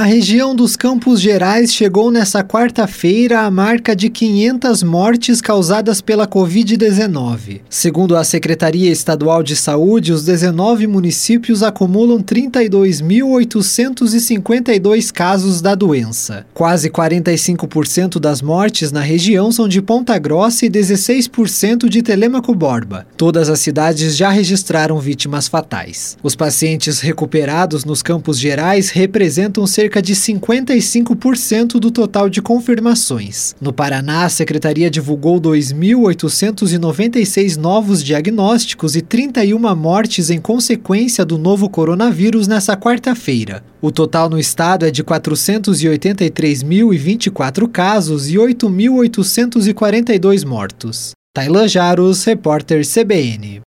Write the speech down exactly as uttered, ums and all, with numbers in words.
região dos Campos Gerais chegou nesta quarta-feira à marca de quinhentas mortes causadas pela covid dezenove. Segundo a Secretaria Estadual de Saúde, os dezenove municípios acumulam trinta e dois mil oitocentos e cinquenta e dois casos da doença. Quase quarenta e cinco por cento das mortes na região são de Ponta Grossa e dezesseis por cento de Telêmaco Borba. Todas as cidades já registraram vítimas fatais. Os pacientes recuperados nos Campos Gerais representam cerca de cinquenta e cinco por cento do total de confirmações. No Paraná, a Secretaria divulgou dois mil oitocentos e noventa e seis novos diagnósticos e trinta e uma mortes em consequência do novo coronavírus nesta quarta-feira. O total no estado é de quatrocentos e oitenta e três mil e vinte e quatro casos e oito mil oitocentos e quarenta e dois mortos. Tailan Jaros, repórter C B N.